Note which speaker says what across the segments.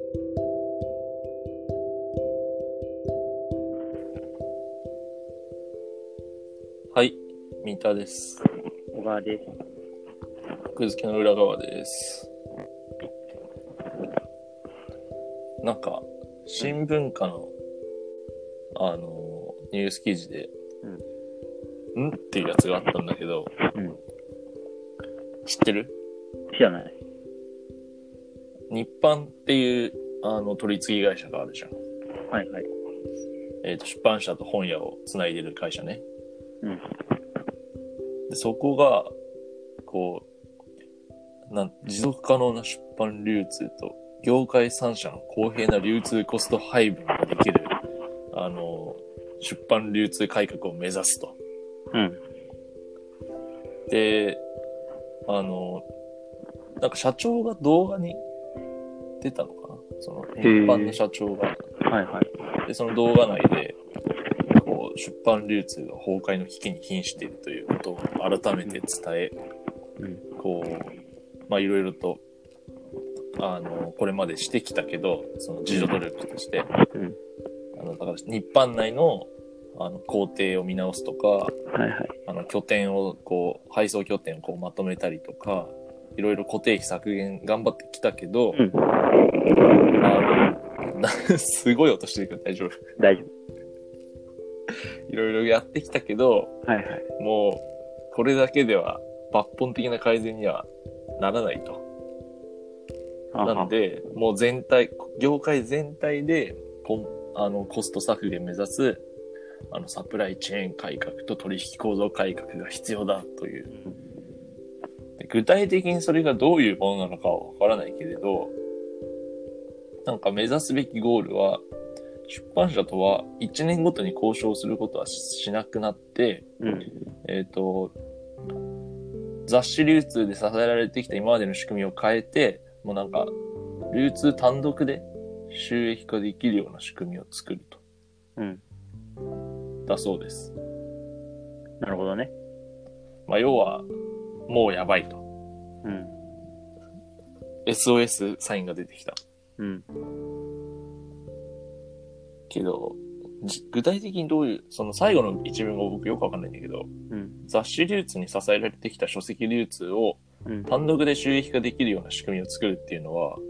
Speaker 1: はい、三田です。
Speaker 2: 小川です。
Speaker 1: 奥付けの裏側です。なんか新聞課のニュース記事で、っていうやつがあったんだけど、知ってる？
Speaker 2: 知らない。
Speaker 1: 日販っていう取り次ぎ会社があるじゃん。
Speaker 2: はいはい。
Speaker 1: 出版社と本屋をつないでる会社ね。でそこがこう持続可能な出版流通と業界3社の公平な流通コスト配分ができる出版流通改革を目指すと。で、なんか社長が動画に出たのかな、その日販の社長が。
Speaker 2: はいはい。
Speaker 1: で、その動画内で、こう、出版流通が崩壊の危機に瀕しているということを改めて伝え、こう、まあいろいろと、これまでしてきたけど、その自助努力として、だから日販内の工程を見直すとか、拠点をこう配送拠点をこうまとめたりとか、いろいろ固定費削減頑張ってきたけど、すごい音してるけど大丈夫？
Speaker 2: 大丈夫。
Speaker 1: いろいろやってきたけど、もうこれだけでは抜本的な改善にはならないと。なんで、もう業界全体でコスト削減目指すサプライチェーン改革と取引構造改革が必要だという。で具体的にそれがどういうものなのかはわからないけれど、なんか目指すべきゴールは、出版社とは1年ごとに交渉することはしなくなって、雑誌流通で支えられてきた今までの仕組みを変えて、もうなんか流通単独で収益化できるような仕組みを作ると。だそうです。
Speaker 2: なるほどね。
Speaker 1: まあ要はもうやばいと。SOS サインが出てきた。けど具体的にどういう、その最後の一文が僕よくわかんないんだけど、雑誌流通に支えられてきた書籍流通を単独で収益化できるような仕組みを作るっていうのは、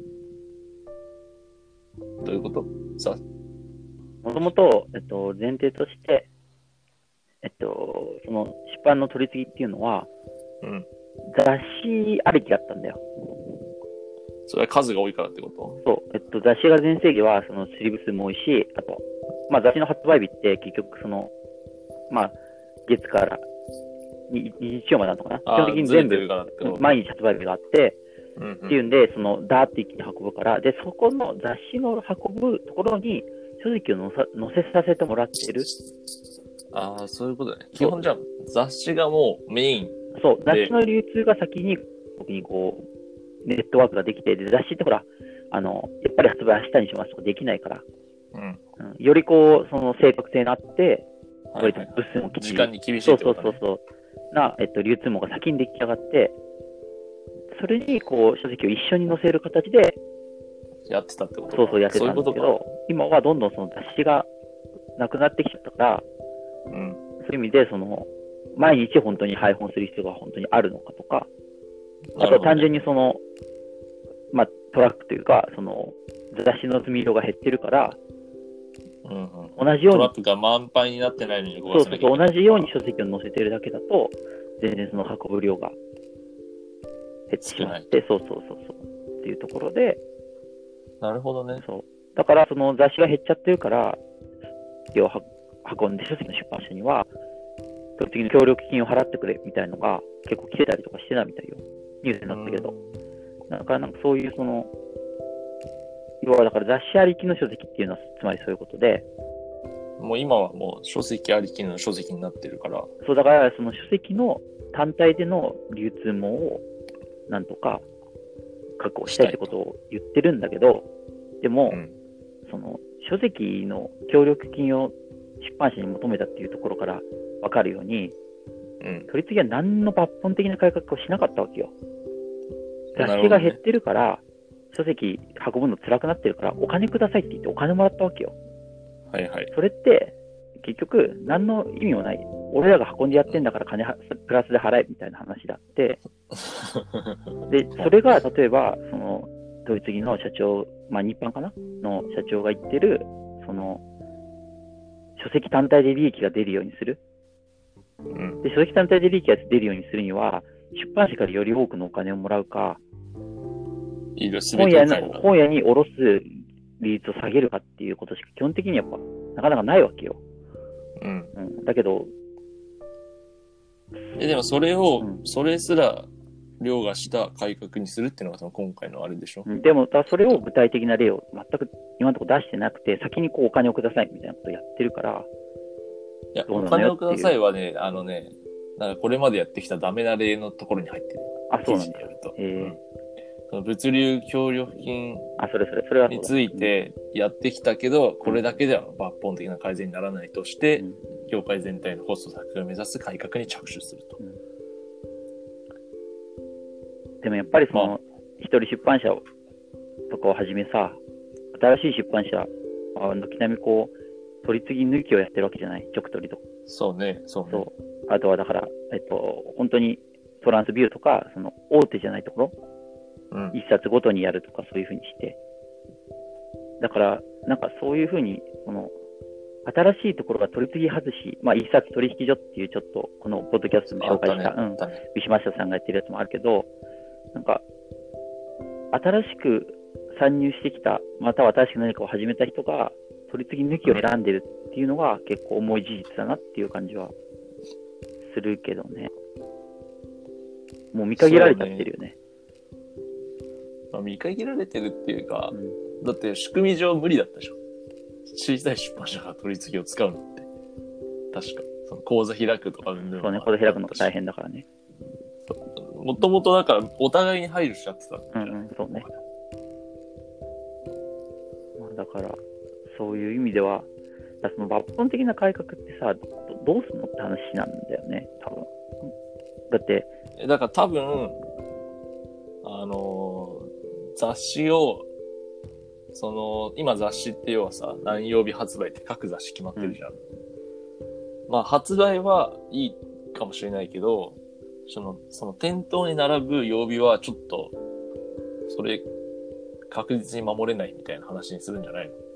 Speaker 1: どういうこと？
Speaker 2: もともと、前提として、その出版の取り次ぎっていうのは、雑誌ありきだったんだよ。
Speaker 1: それは数が多いからってこと？
Speaker 2: そう。雑誌が全盛期は、そのスリーブ数も多いし、あと、まあ雑誌の発売日って結局まあ、月から日曜までなのかな。基本的に全部、毎日発売日があって、っていうんで、ダーって一気に運ぶから、で、そこの雑誌の運ぶところに、書籍を載せさせてもらってる。
Speaker 1: そういうことだね。基本じゃあ、雑誌がもうメイン。
Speaker 2: そう、雑誌の流通が先に、僕にこう、ネットワークができて、で、雑誌ってほら、やっぱり発売明日にしますとかできないから、よりこう、その正確性があって、割と物数もきっちり、
Speaker 1: 時間に厳しいってことね。
Speaker 2: な、流通網が先に出来上がって、それにこう、書籍を一緒に載せる形で、
Speaker 1: やってたってこと？
Speaker 2: そうやってたんですけど、今はどんどんその雑誌がなくなってきちゃったから、そういう意味で、毎日本当に配本する必要が本当にあるのかとか、あとは単純にまあ、トラックというか、雑誌の積み量が減ってるから、同じように、
Speaker 1: トラックが満杯になってないのに
Speaker 2: 同じように書籍を載せてるだけだと、全然その運ぶ量が減ってしまって、っていうところで、
Speaker 1: なるほどね。
Speaker 2: だからその雑誌が減っちゃってるから、を運んで書籍の出版社には、時々協力金を払ってくれみたいのが結構来てたりとかしてたみたいよ。ニュースになったけど。だからなんかそういう要はだから雑誌ありきの書籍っていうのはつまりそういうことで、
Speaker 1: もう今はもう書籍ありきの書籍になってるから。
Speaker 2: そうだからその書籍の単体での流通網をなんとか確保したいってことを言ってるんだけど、でも、その書籍の協力金を出版社に求めたっていうところから分かるように、取り次ぎは何の抜本的な改革をしなかったわけよ。雑誌が減ってるから、 書籍運ぶの辛くなってるからお金くださいって言ってお金もらったわけよ。
Speaker 1: はいはい。
Speaker 2: それって結局何の意味もない。俺らが運んでやってんだから金プラスで払えみたいな話だって。で、それが例えばそのドイツの社長、まあ日販かなの社長が言ってるその書籍単体で利益が出るようにする。で、書籍単体で利益が出るようにするには出版社からより多くのお金をもらうか、本屋に卸す利率を下げるかっていうことしか基本的にやっぱなかなかないわけよ。だけど、
Speaker 1: でもそれを、それすら凌駕した改革にするっていうのがその今回のあれでしょ。
Speaker 2: でもそれを具体的な例を全く今のところ出してなくて、先にこうお金をくださいみたいなことをやってるから。
Speaker 1: いや、お金をくださいはね、なんかこれまでやってきたダメな例のところに入ってる。
Speaker 2: そうなんだ。
Speaker 1: その物流協力金についてやってきたけど、これだけでは抜本的な改善にならないとして、業界全体のコスト削減を目指す改革に着手すると。
Speaker 2: でもやっぱりその、一人出版社とかをはじめさ、新しい出版社、軒並みこう、取り次ぎ抜きをやってるわけじゃない、直取りとか。
Speaker 1: そうね。
Speaker 2: あとはだから、本当にトランスビューとか、その大手じゃないところ、一冊ごとにやるとかそういうふうにして。だから、なんかそういうふうに、新しいところが取り次ぎ外し、まあ一冊取引所っていうちょっと、このポッドキャストで紹介した、ウィシュマッシャさんがやってるやつもあるけど、なんか、新しく参入してきた、または新しく何かを始めた人が、取り次ぎ抜きを選んでるっていうのが結構重い事実だなっていう感じはするけどね。もう見限られちゃってるよね。
Speaker 1: 見限られてるっていうか、だって仕組み上無理だったでしょ。小さい出版社が取り次ぎを使うのって。確か。その講座開くとか
Speaker 2: そうね、講座開くのが大変だからね。
Speaker 1: もともとだからお互いに配慮しちゃってた。
Speaker 2: そうね。まあだから、そういう意味では、その抜本的な改革ってさ、どうすんのって話なんだよね、多分。だって。
Speaker 1: だから多分、雑誌を、今雑誌って要はさ、何曜日発売って各雑誌決まってるじゃん。まあ発売はいいかもしれないけど、その店頭に並ぶ曜日はちょっと、それ確実に守れないみたいな話にするんじゃないの？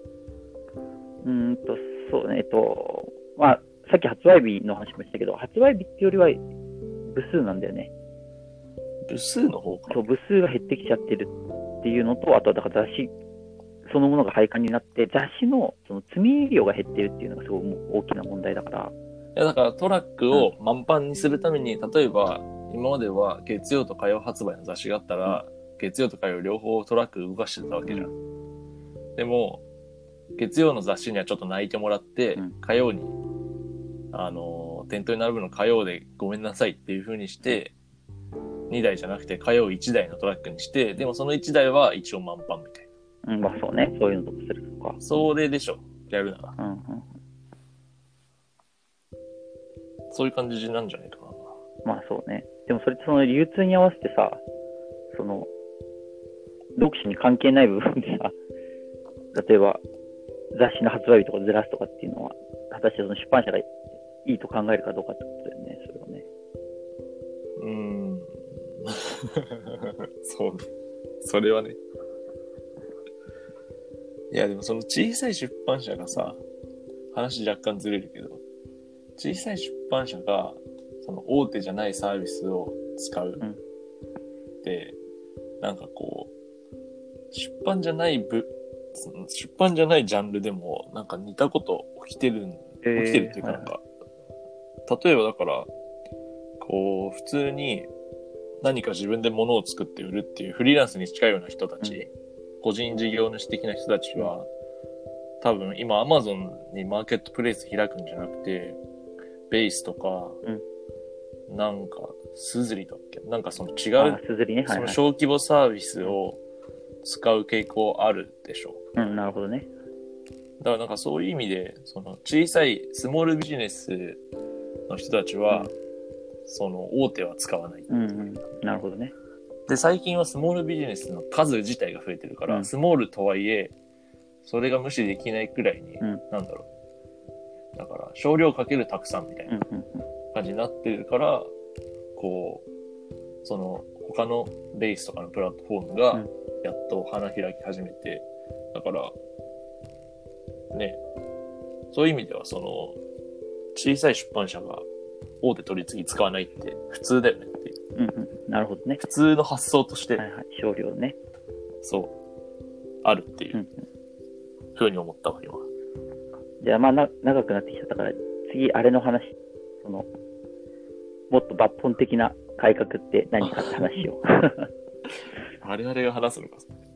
Speaker 2: そうね、まあ、さっき発売日の話もしたけど、発売日ってよりは部数なんだよね。
Speaker 1: 部数の方か。
Speaker 2: そう、部数が減ってきちゃってるっていうのと、あとはだから雑誌そのものが廃刊になって、雑誌のその積み量が減ってるっていうのがすごい大きな問題だから。
Speaker 1: いや、だからトラックを満帆にするために、例えば、今までは月曜と火曜発売の雑誌があったら、月曜と火曜両方トラック動かしてたわけじゃん。でも、月曜の雑誌にはちょっと泣いてもらって、火曜に、店頭に並ぶの火曜でごめんなさいっていう風にして、2台じゃなくて火曜1台のトラックにして、でもその1台は一応満帆みたいな。
Speaker 2: まあそうね。そういうのとかするとか。
Speaker 1: それでしょ。やるなら。そういう感じなんじゃないかな。
Speaker 2: まあそうね。でもそれってその流通に合わせてさ、読者に関係ない部分でさ、例えば雑誌の発売日とかずらすとかっていうのは、果たしてその出版社がいいと考えるかどうかってことだよね、それはね。
Speaker 1: そう。それはね。いや、でもその小さい出版社がさ、話若干ずれるけど、小さい出版社が、その大手じゃないサービスを使うって、なんかこう、出版じゃないジャンルでも、なんか似たこと起きてるっていうかなんか、例えばだから、こう、普通に何か自分で物を作って売るっていうフリーランスに近いような人たち、個人事業主的な人たちは、多分今 Amazon にマーケットプレイス開くんじゃなくて、ベースとか、なんか、スズリだっけ？なんかその違う、その小規模サービスを使う傾向あるでしょ。
Speaker 2: なるほどね。
Speaker 1: だからなんかそういう意味で、その小さいスモールビジネスの人たちは、その大手は使わない。
Speaker 2: なるほどね。
Speaker 1: で、最近はスモールビジネスの数自体が増えてるから、スモールとはいえ、それが無視できないくらいに、なんだろう。だから、少量かけるたくさんみたいな感じになってるから、こう、その、他のベースとかのプラットフォームが、やっと花開き始めて、だから、ね、そういう意味では、その、小さい出版社が大手取り次ぎ使わないって普通だよねっていう。
Speaker 2: なるほどね。
Speaker 1: 普通の発想として、
Speaker 2: 少量ね。
Speaker 1: そう、あるっていう、ふうに思ったわ、今。
Speaker 2: じゃあ、まあ長くなってきちゃったから、次、あれの話、その、もっと抜本的な改革って何かって話を。
Speaker 1: あれが話すのか。